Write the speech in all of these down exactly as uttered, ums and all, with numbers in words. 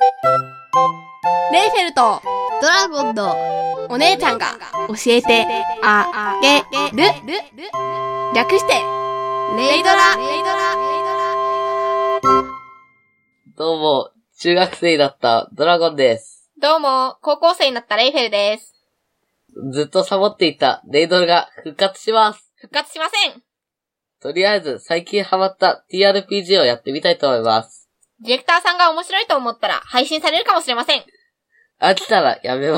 レイフェルトドラゴンのお姉ちゃんが教えてあげる。略してレイドラ。 どうも、中学生だったドラゴンです。 どうも、高校生になったレイフェルです。 ずっとサボっていたレイドラが復活します。 復活しません。 とりあえず最近ハマった ティーアールピージー をやってみたいと思います。 ディレクターさんが面白いと思ったら配信されるかもしれません。 飽きたらやめます。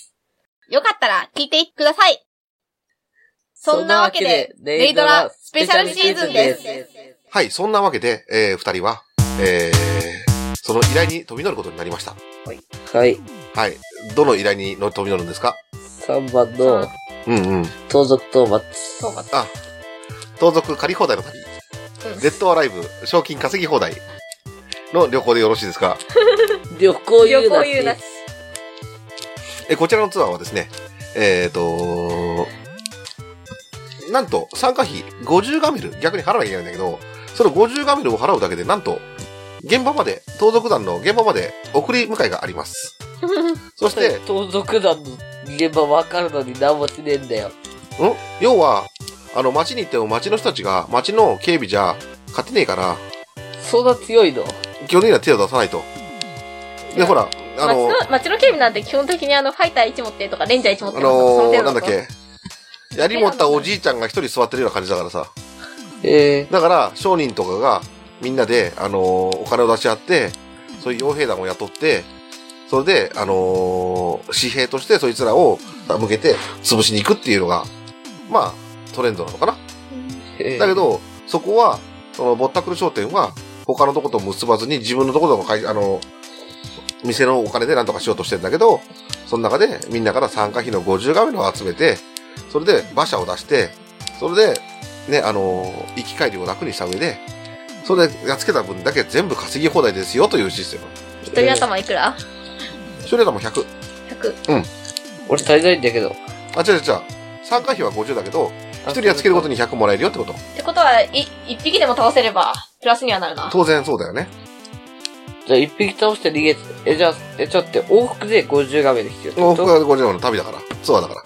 よかったら聞いてください。そんなわけで、レイドラスペシャルシーズンです。 はい、そんなわけで、えー、二人は、えー、その依頼に飛び乗ることになりました。 はい。はい。 はい。どの依頼に飛び乗るんですか？ さんばんの、 うんうん。 盗賊討伐。 あ、盗賊借り放題の旅。うん、デッドアライブ、賞金稼ぎ放題の旅行でよろしいですか？ 旅行言うなし。旅行言うなし。 え、こちらのツアーはですね、えーと、なんと参加費ごじゅうガメル、逆に払わなきゃいけないんだけど、そのごじゅうガメルを払うだけで、なんと、現場まで、盗賊団の現場まで送り迎えがあります。そして、 盗賊団の現場わかるのに何もしねえんだよ。ん要は、あの、街に行っても街の人たちが街の警備じゃ勝てねえから、 そんな強いの？ 基本的には手を出さないと。で、ほら、あの、 街の、街の警備なんて基本的にあの、ファイターいち持ってとか、レンジャーいち持ってとか、 あのー、 その程度なんだっけ、槍持ったおじいちゃんが一人座ってるような感じだからさ。 えー、 だから、商人とかがみんなで、あのー、お金を出し合って、そういう傭兵団を雇って、それで、あのー、紙幣としてそいつらを向けて潰しに行くっていうのが、まあ、トレンドなのかな。えー、だけど、そこは、その、ぼったくる商店は、他のとこと結ばずに自分のところの会、あの、店のお金で何とかしようとしてるんだけど、その中でみんなから参加費のごじゅうガメルを集めて、それで馬車を出して、それで、ね、あの、行き帰りを楽にした上で、それでやっつけた分だけ全部稼ぎ放題ですよというシステム。 一人頭いくら？ 一人頭ひゃく。 ひゃく。 うん。 俺足りないんだけど。 あ、違う違う違う。参加費はごじゅうだけど、一人やっつけるごとにひゃくもらえるよってこと。 ってことは、い、一匹でも倒せれば、プラスにはなるな。 当然そうだよね。 じゃあ一匹倒して逃げて、え、じゃあ、え、ちょっと往復でごじゅうガメル必要ってこと？ 往復がごじゅうガメルの旅だから。ツアーだから。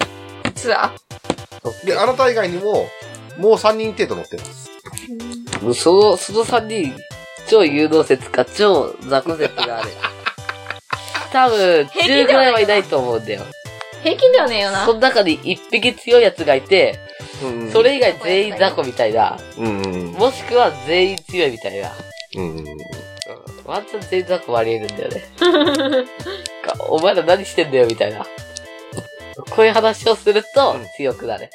ツアーで、あなた以外にも、もうさんにん程度乗ってます。 もうその、そのさんにん、超有能説か超雑魚説がある。多分、じゅうぐらいはいないと思うんだよ。 平均ではねえよな。 その中にいっぴき強いやつがいて、うんうん、それ以外全員雑魚みたいな、うんうん。もしくは全員強いみたいな。うんうん、ワンチャン全員雑魚あり得るんだよね。お前ら何してんだよみたいな。こういう話をすると強くなる。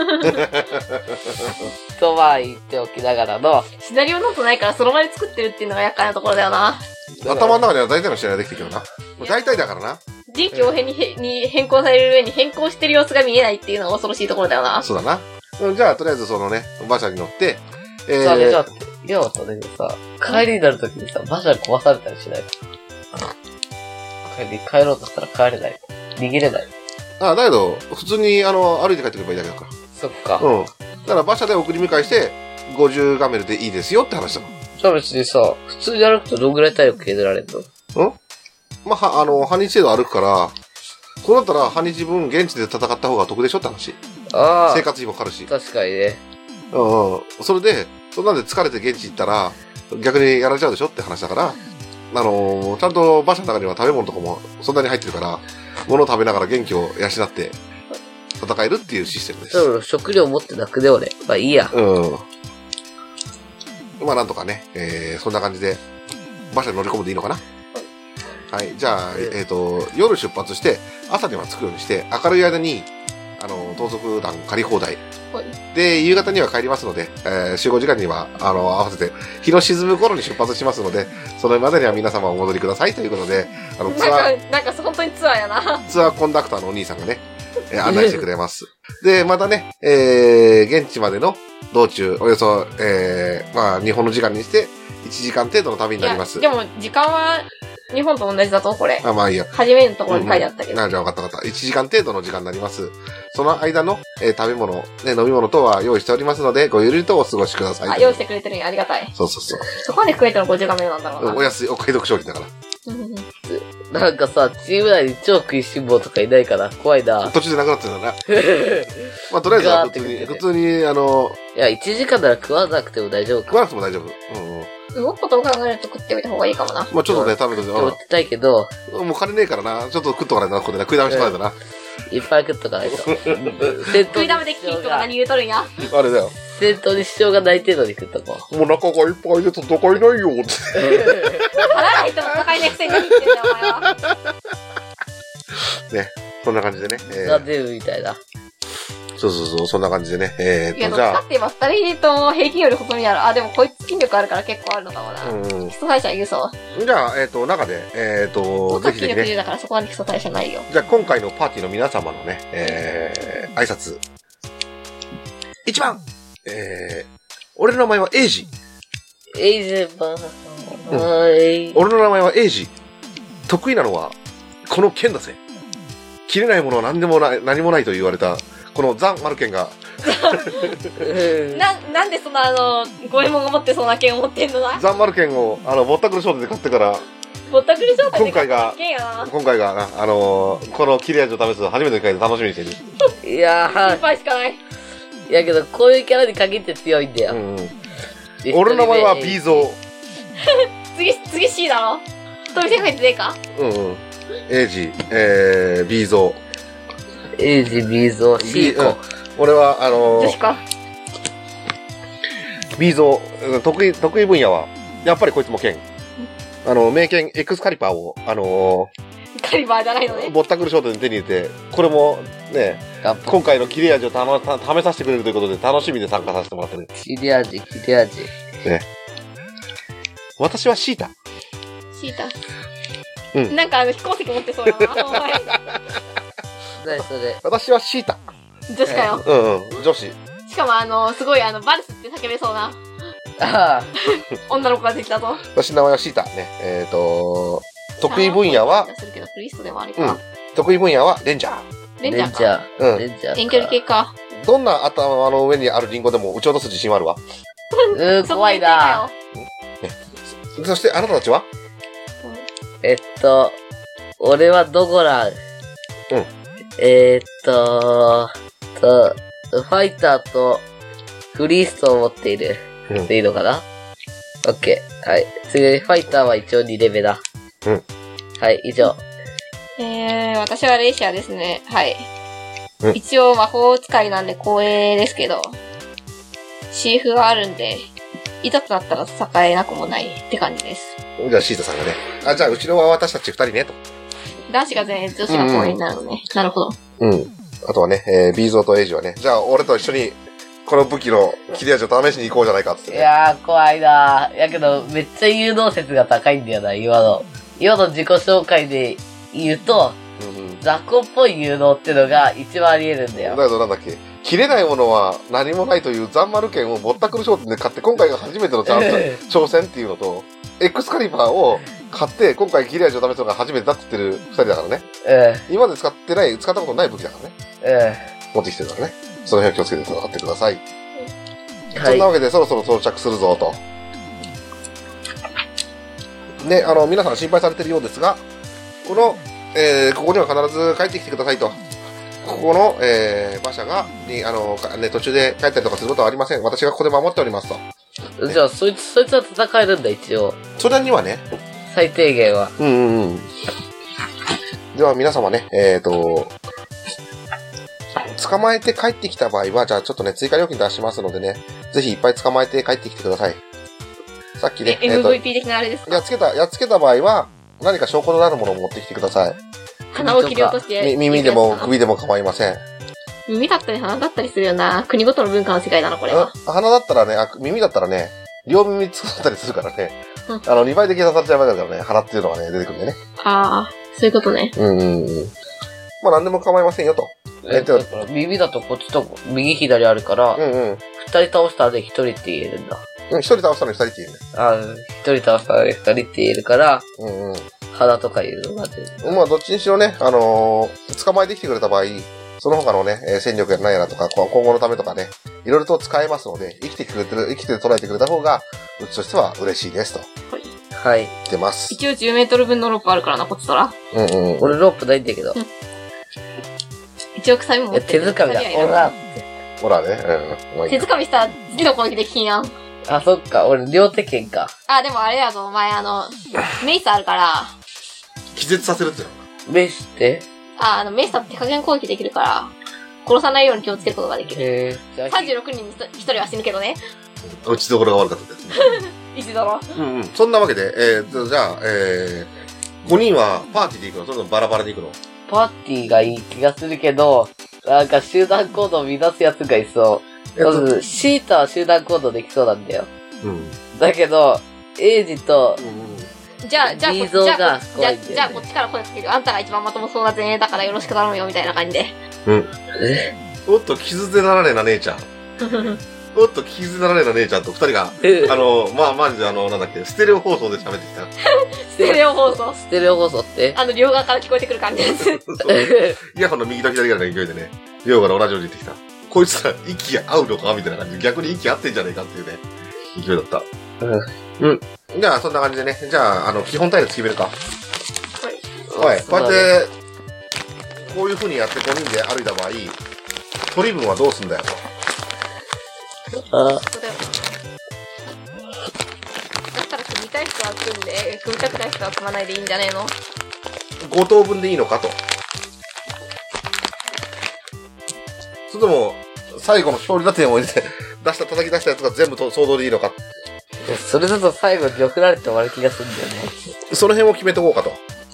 とは言っておきながらの。 シナリオノートないからその場で作ってるっていうのが厄介なところだよな。 頭の中には大体のシナリオできてるけどな。大体だからな。 臨機応変にへに変更される上に変更してる様子が見えないっていうのが恐ろしいところだよな。 そうだな。じゃあ、とりあえずそのね、馬車に乗って、 えー、さあね、じゃあ、いや、さ、ね、さ、帰りになるときにさ、馬車に壊されたりしない？帰り、帰ろうとしたら帰れない。逃げれない。 ああ、だけど、普通に、あの、歩いて帰ってくればいいだけだから。 そっか。 うん。だから馬車で送り迎えして、ごじゅうガメルでいいですよって話だもん。 じゃあ別にさ、普通に歩くとどんぐらい体力削られるの？ んまあ、あの、半日程度歩くから、そうなったら半日分現地で戦った方が得でしょって話。ああ。生活費もかかるし。 確かにね。 うんうん。それで、そんなんで疲れて現地行ったら、逆にやられちゃうでしょって話だから、あのー、ちゃんと馬車の中には食べ物とかもそんなに入ってるから、物を食べながら元気を養って戦えるっていうシステムです。 うん、食料持ってなくね、俺。まあいいや。うん。 まあなんとかね、えー、そんな感じで、馬車に乗り込むでいいのかな？はい。じゃあ、えっと、夜出発して、朝には着くようにして、明るい間に、あの、盗賊団借り放題。で、夕方には帰りますので、えー、集合時間には、あの、合わせて、日の沈む頃に出発しますので、それまでには皆様お戻りくださいということで、あの、ツアー、 なんか、なんか本当にツアーやな。 ツアーコンダクターのお兄さんがね、えー、案内してくれます。で、またね、えー、現地までの道中、およそ、えー、まあ、日本の時間にして、いちじかん程度の旅になります。 でも、時間は、日本と同じだと、これ。 あ、まあいいや。 初めのところに書いてあったけど。 うんうん、あ、じゃあ分かった分かった。いちじかん程度の時間になります。その間の、えー、食べ物、ね、飲み物等は用意しておりますので、ごゆるりとお過ごしください。 あ、用意してくれてるんや、ありがたい。 そうそうそう。 そこまで食えたらごじゅうガメルなんだろうな。 お安い、お買い得商品だから。 なんかさ、チーム内に超食いしん坊とかいないから怖いな。 途中でなくなってるんだな。まあ、とりあえずは普通に、普通に、あの、 いや、いちじかんなら食わなくても大丈夫か。 食わなくても大丈夫。うんうん。 動くことを考えると食っておいた方がいいかもな。 まあちょっとね、食べて食べたいけど。 もう金ねえからな。ちょっと食っとかないとな、ここでな。食いだめしとかないとな。 いっぱい食っとかないと。 食いだめできていいとか何言うとるんや。 あれだよ。 先頭に支障がない程度に食っとこう。もう中がいっぱいで戦えないよって。 払わないと戦えないくせに何言ってんだよ、お前は。 ね、そんな感じでね。 えー、ザ・デブみたいな。 そうそうそう、そんな感じでね。えー、っと、じゃあ。 だって今二人とも平均より細身ある。あ、でもこいつ筋力あるから結構あるのかもな。うん。基礎代謝言うそう。 じゃあ、えー、っと、中で、えー、っと、ぜひぜひ、ね。 筋力だからそこまで基礎代謝ないよ。 じゃあ今回のパーティーの皆様のね、えー、挨拶。いちばん、えー、俺の名前はエイジ。 エイジバー。うん。俺の名前はエイジ。得意なのは、この剣だぜ。切れないものは何でもない、何もないと言われた、このザ・マルケンが。 な、なんでそんなあの、ゴエモンが持ってそうな剣を持ってんのな。 ザ・マルケンを、あの、ぼったくり商店で買ってから、 ぼったくり商店で買った剣やな。今回が、今回が、あのー、この切れ味を試す初めての回で楽しみにしてる。 いやー。 心配しかない。 いやけど、こういうキャラに限って強いんだよ。うんうん、 俺の名前は B ゾー。 次、次 C だろ。飛びせかけてねえか。 うんうん。エイジ、えー、B ゾー。エイジ、B ゾー、C か。 俺は、あのー、 女子か。 B ゾー、得意、得意分野は、やっぱりこいつも剣。あの、名剣エクスカリバーを、あのー、 カリバーじゃないのね。 ぼったくり商店で手に入れて、これもね、今回の切れ味をたまた試させてくれるということで楽しみで参加させてもらってる。 切れ味、切れ味。 ね。私はシータ。 シータ。うん。なんかあの飛行石持ってそうやな。お前。 何それ。 私はシータ。 女子かよ。 うんうん。女子。 しかもあの、すごいあの、バルスって叫べそうな。 ああ。 女の子ができたぞ。 私の名前はシータ。ね。えっと、得意分野は、うん、得意分野はレンジャー。 レンジャーか。 うん。 レンジャー。 遠距離系か。 どんな頭の上にあるリンゴでも撃ち落とす自信はあるわ。 うん、怖いな。 ね。そしてあなたたちは？ えっと、俺はドゴラン。 うん。 えー、っと、と、ファイターとフリーストを持っている。うん。でいいのかな？オッケー。はい。次、ファイターは一応にレベだ。 うん。 はい、以上。 えー、私はレイシアですね。はい。うん、一応魔法使いなんで光栄ですけど、シーフがあるんで、いざとなったら栄えなくもないって感じです。 じゃあシータさんがね。あ、じゃあ後ろは私たち二人ね、と。 男子が全員、女子が光栄になるのね。うんうん、なるほど。 うん。あとはね、えー、ビーゾーとエイジはね、じゃあ俺と一緒に、この武器の切れ味を試しに行こうじゃないかって、ね。 いやー、怖いなー。やけど、めっちゃ誘導説が高いんだよな、今の。今の自己紹介で言うと、うんうん、雑魚っぽい誘導ってのが一番あり得るんだよ。 だけどなんだっけ、切れないものは何もないというザンマル剣をぼったくり商店で買って、今回が初めての挑戦っていうのと、エクスカリバーを買って、今回切れ味を試すのが初めてだって言ってる二人だからね。 ええ。 今まで使ってない、使ったことない武器だからね。 ええ。持ってきてるからね。その辺を気をつけて戦ってください。はい、そんなわけでそろそろ到着するぞと。ね、あの、皆さん心配されてるようですが、この、えー、ここには必ず帰ってきてくださいと。ここの、えー、馬車が、に、あの、ね、途中で帰ったりとかすることはありません。私がここで守っておりますと。 ね、じゃあ、そいつ、そいつは戦えるんだ、一応。 それにはね。 最低限は。 うんうんうん。では、皆様ね、えーと、捕まえて帰ってきた場合は、じゃあちょっとね、追加料金出しますのでね、ぜひいっぱい捕まえて帰ってきてください。さっきね、 えー、エムブイピー 的なあれですか？ やっつけた、やっつけた場合は、何か証拠のなるものを持ってきてください。 鼻を切り落として。 耳でも首でも構いません。 耳だったり鼻だったりするよな。国ごとの文化の世界だな、これは。 鼻だったらね、あ、耳だったらね、両耳作ったりするからね。うん、あの、にばいで計算されちゃう場合だからね、鼻っていうのがね、出てくるんでね。 ああ、そういうことね。 うんうんうん。まあ何でも構いませんよと。 え、だから耳だとこっちと右左あるから、うんうん。二人倒したらで一人って言えるんだ。 うん、一人倒したのに二人って言えるね。 ああ、一人倒したら二人って言えるから、 うんうん。 鼻とか言うのが出る。 まあどっちにしろね、あのー、捕まえてきてくれた場合、その他のね、えー、戦力や何やらとか、今後のためとかね、いろいろと使えますので、生きてくれてる、生きて捉えてくれた方が、うちとしては嬉しいですと。 はい。 はい。 出ます。 一応じゅうメートル分のロープあるからな、こっちとら。 うんうん。俺ロープないんだけど。うん、 一応臭みも持ってる。 手掴みだ。ほら。 ほらね。 うん。手掴みしたら次の攻撃できんやん。 あ、そっか。俺両手剣か。 あ、でもあれやぞ、お前あの、メイスあるから。 気絶させるってメイスってあ、あの、メイスは手加減攻撃できるから、殺さないように気をつけることができる。 へぇさんじゅうろくにんにひとりは死ぬけどね。 打ちどころが悪かったです。 一だろ。 うんうん。そんなわけで、えー、じゃあ、えー、ごにんはパーティーで行くの？それともバラバラで行くの？ パーティーがいい気がするけど、なんか集団行動を乱すやつがいそう。まず、シータは集団行動できそうなんだよ。うん。だけど、エイジと、 うん、じゃあ、じゃあ、じゃあ、じゃあ、じゃあ、こっちから声かける。あんたが一番まともそうな前衛だからよろしく頼むよ、みたいな感じで。 うん。えおっと、傷でならねえな、姉ちゃん。おっと、傷でならねえな、姉ちゃんと二人が、あの、まあ、マジであの、なんだっけ、ステレオ放送で喋ってきた。 ステレオ放送ステレオ放送ってあの、両側から聞こえてくる感じです。 イヤホンの右と左ぐらいの勢いでね、両側が同じように言ってきた。こいつら、息合うのかみたいな感じで、逆に息合ってんじゃねえかっていうね、勢いだった。うん。うん。じゃあ、そんな感じでね、じゃあ、あの、基本隊列決めるか。はい。はい。こうやって、こういう風にやってごにんで歩いた場合、取り分はどうすんだよ。 ああ。 だったら組みたい人は組んで、組みたくない人は組まないでいいんじゃねえの？ ご等分でいいのかと。それとも、最後の勝利打点を入れて、出した、叩き出したやつが全部と総動でいいのか。 それだと最後によくられて終わる気がするんだよね。 その辺を決めておこうかと。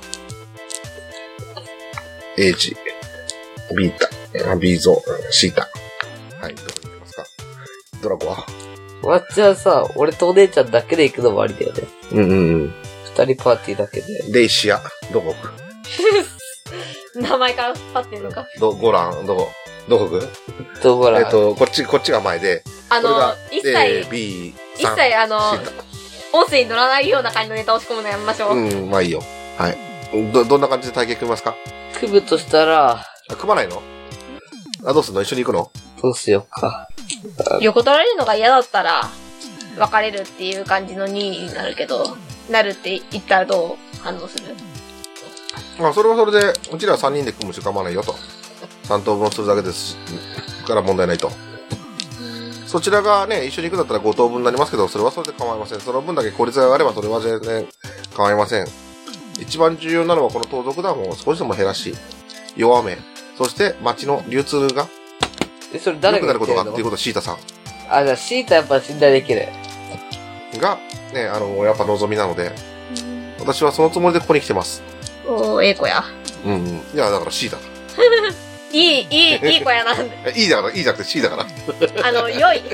エイジ、ビータ、ビーゾ、シータ。はい、どこに行きますか。ドラゴはわっちゃんさ、俺とお姉ちゃんだけで行くのもありだよね。 うんうんうん。 二人パーティーだけで。 レイシア、どこ行く名前から引っ張ってんのか。 ど、ゴラン、どこどこ行くどこらえっと、こっち、こっちが前で。 あの、一切、 A、B、 一切あの、音声に乗らないような感じのネタを仕込むのやめましょう。 うん、まあいいよ。はい。ど、どんな感じで体型組みますか？ 組むとしたら、 あ、組まないの？あ、どうすんの？一緒に行くの？ どうしようか。 横取られるのが嫌だったら、別れるっていう感じのにになるけど、なるって言ったらどう反応する？ あ、それはそれで、うちらさんにんで組むし構わないよと。さん等分するだけですから問題ないと。そちらがね、一緒に行くんだったらご等分になりますけど、それはそれで構いません。その分だけ効率が上がればそれは全然構いません。一番重要なのはこの盗賊団を少しでも減らし、弱め、そして街の流通がえ、それ誰が良くなることがっていうことはシータさん。 あ、じゃあシータやっぱ信頼できる。 が、ね、あの、やっぱ望みなので、私はそのつもりでここに来てます。 おー、ええ子や。 うんうん。いや、だから C だ。 いい、いい、いい子やな。 いいだから、いいじゃなくて C だから。 あの、良い。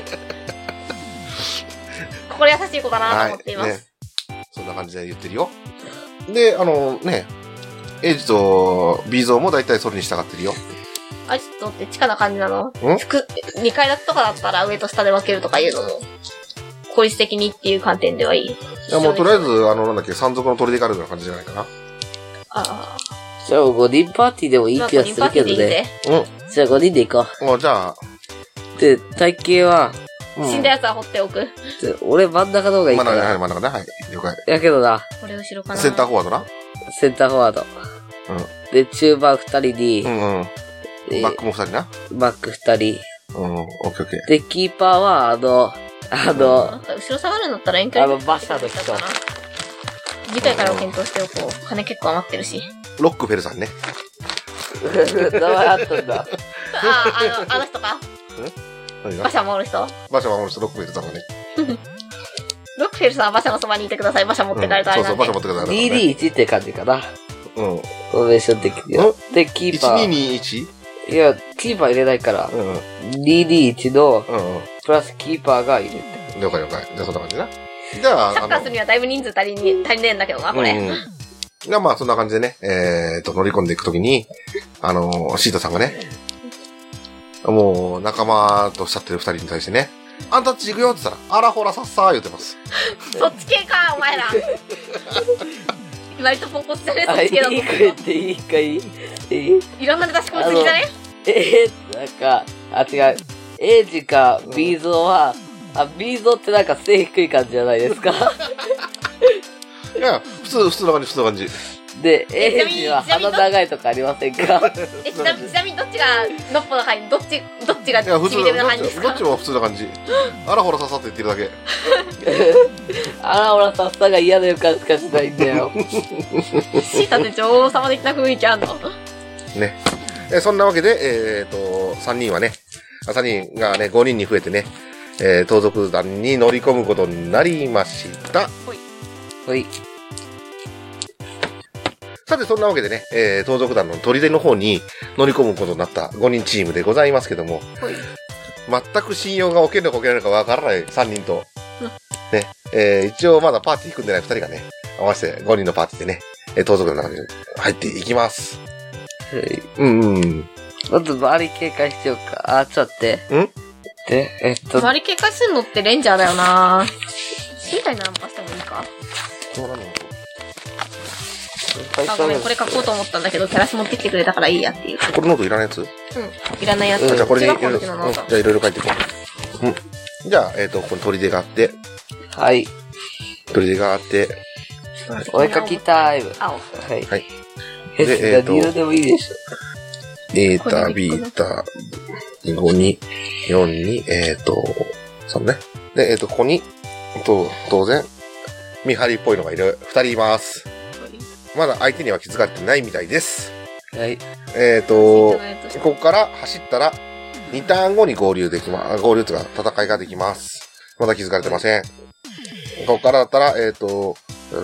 心優しい子だなと思っています、はいね。 そんな感じで言ってるよ。で、あのね、エイジとビーゾーも大体それに従ってるよ。 あ、ちょっとって地下な感じなの？んにかい建てとかだったら上と下で分けるとかいうのも、効率的にっていう観点ではいい。いや、もうとりあえず、あの、なんだっけ、山賊の砦があるような感じじゃないかな。 ああ。 じゃあごにんパーティーでもいい気がするけどね。うん。じゃあごにんで行こう。あ、じゃあ。 で、体型は、 うん、死んだやつは掘っておく。 俺真ん中の方がいいから。 真ん中ね、真ん中ね。はい。了解。 やけどな。 これ後ろかな。 センターフォワードな。 センターフォワード。うん。で、中盤二人に、 うんうん。バックも二人な。 バック二人。 うん、オッケーオッケー。 で、キーパーは、あの、あの、 後ろ下がるんだったら遠距離あの、バシャの人。 次回から検討しておこう。金結構余ってるし。 ロックフェルさんね。 名前あったんだ。 ああ、あの、あの人か。馬車守る人馬車守る人、ロックフェルさんがね。 ロックフェルさんは馬車のそばにいてください。馬車持ってかれたら、 うん、そうそう、馬車持ってください。 にーにーいち って感じかな。 うん。 フォーメーション的には。で、キーパー。 いちにーにーいち? いや、キーパー入れないから。うん。にーにーいちの、うん。プラスキーパーが入れて。 了解了解。じゃあそんな感じな。じゃあ、 サッカーするにはだいぶ人数足りに、足りねえんだけどな、これ。うん。 じゃあまあそんな感じでね、えーと、乗り込んでいくときに、あのー、シータさんがね、もう仲間とおっしゃってる二人に対してね、あんたっち行くよって言ったら、あらほらさっさー言ってます。 そっち系か、お前ら。割とポンコツじゃねそっち系だと思う。 いいか言っていいかいいいろんなネタ仕込みすぎじゃねえー、なんか、あ、違う。エイジか、ビーゾーは、あ、ビーゾーってなんか背低い感じじゃないですか。 いや、普通、普通の感じ、普通の感じ。 で、エイジは鼻長いとかありませんか？ え、ちなみに、ちなみにどっちがのっぽの感じ、どっち、どっちがいや、普通ちびデブな感じですか？ どっちも普通な感じ。あらほらささって言ってるだけ。 あらほらさっさが嫌な予感しかしないんだよ。 シータって女王様的な雰囲気あんの？ ね。え、そんなわけで、えっと、さんにんはね、さんにんがね、ごにんに増えてね、えー、盗賊団に乗り込むことになりました。 ほい。ほい。 さて、そんなわけでね、えー、盗賊団の砦の方に乗り込むことになったごにんチームでございますけども、 ほい。 全く信用がおけるのかおけないのかわからないさんにんと、 うん、 ね、えー、一応まだパーティー組んでないふたりがね、合わせてごにんのパーティーでね、えー、盗賊団の中に入っていきます。 はい。 うんうん。 まず周り警戒してようか。あ、ちょっと待って。んで、えっと。 周り警戒するのってレンジャーだよなシータになんかしてもいいか？ そうなの？ あ、ごめん、これ書こうと思ったんだけど、照らし持ってきてくれたからいいやっていう。 これノートいらないやつ？ うん、いらないやつ。 うん、じゃあこれにいろいろ、 うん、 じゃあいろいろ書いていこう。うん。じゃあ、えっと、この砦があって。 はい。 砦があって。 お絵かきタイム。 青。 はい。 はい。 で、えっと。何色でもいいでしょ。 エータ、ビータ、ごに、よんに、えっと、さんね。で、えっと、ここに、と、当然、見張りっぽいのがいる。二人います。まだ相手には気づかれてないみたいです。 はい。 えっと、ここから走ったら、にターン後に合流できま、合流というか戦いができます。まだ気づかれてません。ここからだったら、えっと、うん、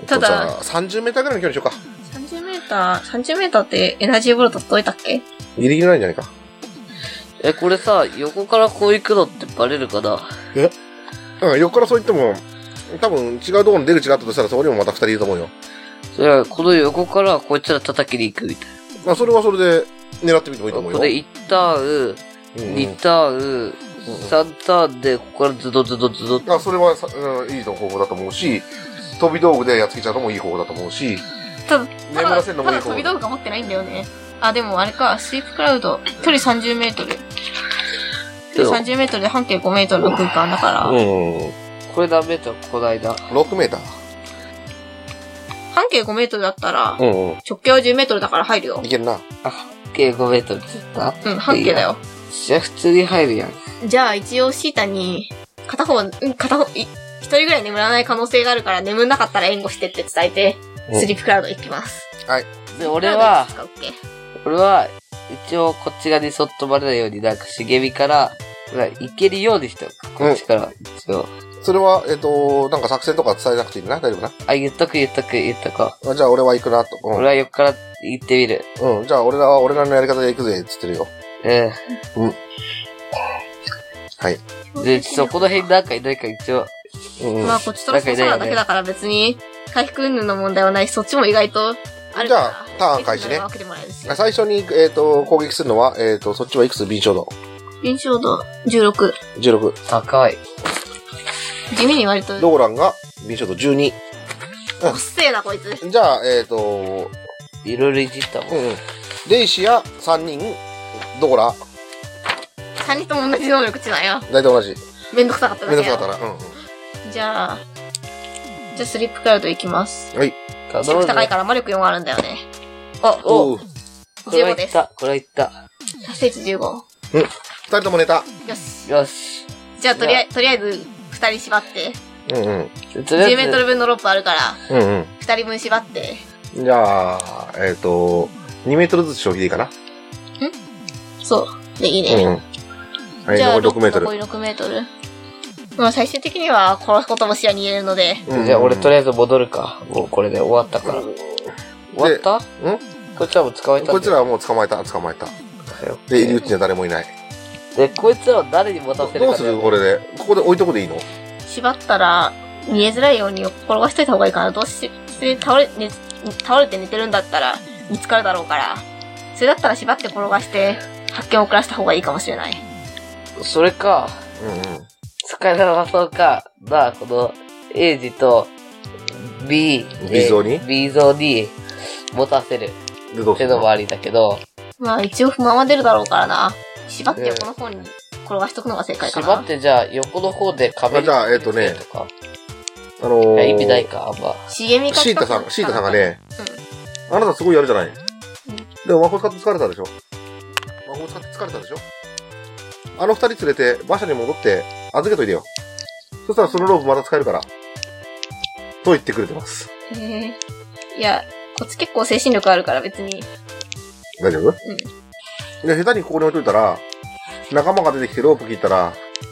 ただ、 さんじゅうメーターぐらいの距離にしようか。 さんじゅうメーター、さんじゅうメーターってエナジーボルト届いたっけ？ ギリギリないんじゃないか。 え、これさ、横からこう行くのってバレるかな？ え？うん、横からそう言っても、多分違うところに出口があったとしたらそこにもまた二人いると思うよ。 それは、この横からこいつら叩きに行くみたいな。 まあ、それはそれで狙ってみてもいいと思うよ。 これいちターン、うん、にターン、さんターンで、ここからズドズドズドって。 あ、それはさ、うん、いい方法だと思うし、飛び道具でやっつけちゃうのもいい方法だと思うし、 ただ、 眠らせるのもいい方法。 ただ飛び道具が持ってないんだよね。あ、でもあれか、スイープクラウド、距離さんじゅうメートル。距離さんじゅうメートルで半径ごメートルの空間だから。 うん。 これ何メートル？こないだ。 ろくメーター。 半径ごメートルだったら、 うんうん、 直径はじゅうメートルだから入るよ。 いけるな。 あ、半径ごメートルって言った？ うん、半径だよ。 じゃあ普通に入るやん。 じゃあ一応シータに、片方、うん、片方、一人ぐらい眠らない可能性があるから眠んなかったら援護してって伝えて、うん、スリープクラウド行きます。 はい。 で、俺は、俺は、一応こっち側にそっとバレないようになんか茂みから、行けるようにしておく。こっちから、一応。 それは、えっと、なんか作戦とか伝えなくていいな？大丈夫な？ あ、言っとく言っとく言っとこう。じゃあ俺は行くなと。 うん、俺は横から行ってみる。 うん。じゃあ俺らは、俺らのやり方で行くぜ、つってるよ。 ええー。うん。はい。 で、ちょっとこの辺なんかいないか一応。 うん。まあこっちとらそうなだけだから別に、回復云々の問題はないし、そっちも意外とあるから。 じゃあ、ターン開始ね。最初に、えっと、攻撃するのは、えっと、そっちはいくつ？敏捷度。 敏捷度じゅうろく。 じゅうろく。 高い。 地味に割と。 ドーランが敏捷度じゅうに。 うん。おっせえな、こいつ。 じゃあ、えっと、 いろいろいじったもん。 うん。レイシやさんにん、ドーラ。 さんにんとも同じ能力値なんや。 大体同じ。 めんどくさかっただけ。 めんどくさかったな。うん、うん。 じゃあ、じゃあスリップクラウドいきます。 はい。 視力高いから魔力よんあるんだよね。あ、 おおじゅうごです。 これいった。 達成値じゅうご。 うん。二人とも寝た。 よし。 よし。 じゃあとりあえず、とりあえず、二人縛って。 うんうん。 じゅうメートル分のロープあるから。 うんうん。 二人分縛って。 じゃあ、えっと、にメートルずつ消費でいいかな？ん？ そう。で、いいね。うん。 はい、残りろくメートル。 残りろくメートル。まあ最終的には殺すことも視野に入れるので。 うん、じゃあ俺とりあえず戻るか。もうこれで終わったから。終わった？ん？こいつらも捕まえた。 こいつらはもう捕まえた、捕まえた。で、入り口には誰もいない。 で、こいつらを誰に持たせるか。 どうするこれで。ここで置いとくでいいの？ 縛ったら、見えづらいように転がしといた方がいいかな。どうし、倒れ、ね、倒れて寝てるんだったら見つかるだろうから。それだったら縛って転がして、発見を遅らせた方がいいかもしれない。 それか。 うんうん。 使いなそうか。まあ、この、エイジと、B、 B ゾーに ?B ゾーに持たせる。ってのもありだけど。 まあ、一応不満は出るだろうからな。縛って横の方に転がしとくのが正解かな。 縛ってじゃあ、横の方で壁に。 じゃあ、えっとね。 あのー、 いや、意味ないか、あんま。 茂みかシータさん、シータさんがね、うん、あなたすごいやるじゃない。うん、でも魔法使って疲れたでしょ。魔法使って疲れたでしょ。あの二人連れて馬車に戻って預けといてよ。そしたらそのロープまた使えるから。と言ってくれてます。 へえ。いや、こっち結構精神力あるから別に。 大丈夫？うん。で、下手にここに置いといたら、仲間が出てきてロープ切ったら、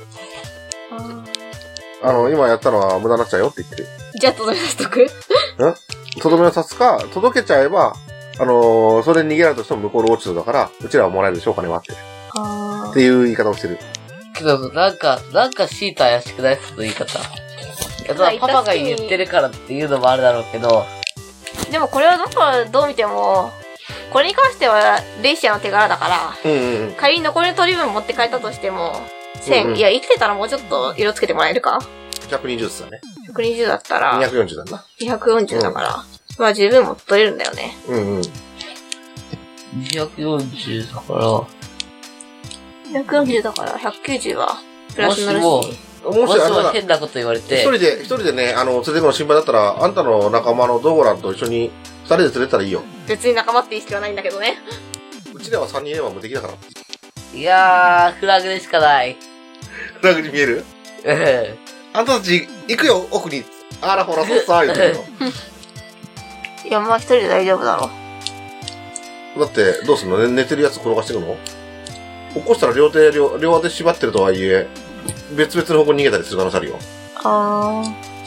あの、今やったのは無駄になっちゃうよって言ってる。 じゃあ、とどめさせとく？んとどめを刺すか、届けちゃえば、あのー、それに逃げられたとしても向こうの落ち度だから、うちらはもらえるでしょ、お金はって。あっていう言い方をしてる。 けど、なんか、なんかシータ怪しくないその言い方。けど、パパが言ってるからっていうのもあるだろうけど。 でもこれはどこからどう見ても、これに関してはレイシアの手柄だから、うんうんうん、仮に残りの取り分持って帰ったとしても、せん、うんうん、いや、生きてたらもうちょっと色つけてもらえるか ? ひゃくにじゅう だね。 ひゃくにじゅうだったら、 にひゃくよんじゅうだな。 にひゃくよんじゅうだから、うん、まあ十分も取れるんだよね。 うんうん。 にひゃくよんじゅうだから、 にひゃくよんじゅうだからひゃくきゅうじゅうはプラスになるし。 もしも、もしも変なこと言われて。 一人で、一人でね、あの、連れてくの心配だったら、あんたの仲間のドーゴランと一緒に二人で連れてたらいいよ。 別に仲間って意識はないんだけどね。 うちでは三人いれば無敵だから。 いやー、フラグでしかない。 フラグに見える？ええ。あんたたち、行くよ、奥に。あらほら、そっさー言ってるよ。 いや、まあ一人で大丈夫だろう。だって、どうすんの？寝てるやつ転がしていくの？起こしたら両手、両、両手縛ってるとはいえ、別々の方向に逃げたりする可能性あるよ。 あ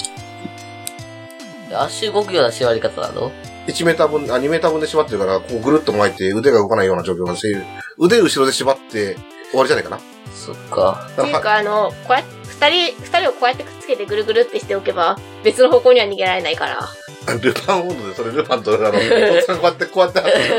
ー。足動くような縛り方なの？ いちメーター分、あ、にメーター分で縛ってるから、こうぐるっと巻いて腕が動かないような状況がしている。腕後ろで縛って終わりじゃないかな。 そっか。 っていうか、あの、こうやって、二人、二人をこうやってくっつけてぐるぐるってしておけば、別の方向には逃げられないから。 ルパン温度で、それルパンと、あの、こうやって、こうやって、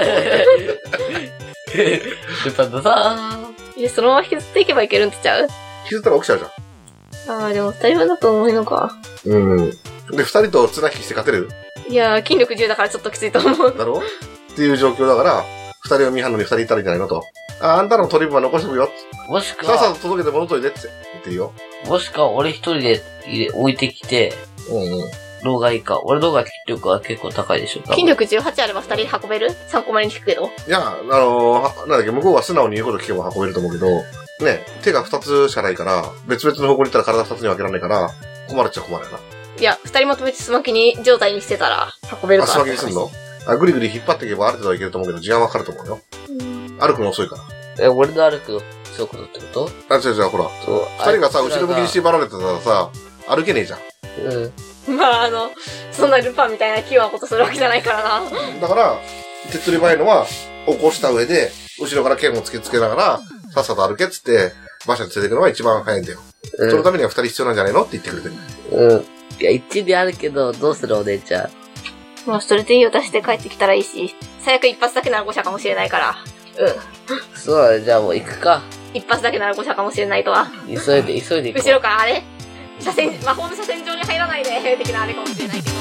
ルパンとさー。え、そのまま引きずっていけばいけるんちゃう？引きずったら起きちゃうじゃん。ああ、でも二人分だと思うのか。 うん。で、二人と綱引きして勝てる？ いやー、筋力じゅうだからちょっときついと思う。 だろ？っていう状況だから、二人を見張るのに二人いたらいいんじゃないのと。あ、あんたの取り分は残しておくよ。 もしくは。 さっさと届けて戻っといてって言ってるよ。 もしくは俺一人で入れ置いてきて、うんうん。老害か。俺老害筋力は結構高いでしょ。 筋力じゅうはちあれば二人で運べる？ さん 個までに聞くけど。 いや、あのー、なんだっけ、向こうは素直に言うこと聞けば運べると思うけど、ね、手が二つしかないから、別々の方向に行ったら体二つに分けられないから、困るっちゃ困るよな。 いや、二人まとめてスマキに状態にしてたら運べるから。 あ、スマキにすんの？あ、ぐりぐり引っ張っていけばある程度はいけると思うけど、時間はかかると思うよ。歩くの遅いから。 え、俺の歩くの遅くなってこと？ あ、違う違う、ほら。そう。二人がさ、後ろ向きに縛られてたらさ、歩けねえじゃん。 うん。まあ、あの、そんなルパンみたいな器用なことするわけじゃないからな。 だから、手っ取り早いのは、起こした上で、後ろから剣を突きつけながら、さっさと歩けっつって、馬車に連れてくのが一番早いんだよ。うん、そのためには二人必要なんじゃないのって言ってくれてる。 うん。いや、一理あるけど、どうするお姉ちゃん。 まあ、それでいいを出して帰ってきたらいいし、最悪一発だけなら誤射かもしれないから。 うん。そうだね、じゃあもう行くか。 一発だけなら誤射かもしれないとは。 急いで、急いで行こう。 後ろからあれ車線、魔法の車線上に入らないで、的なあれかもしれないけど。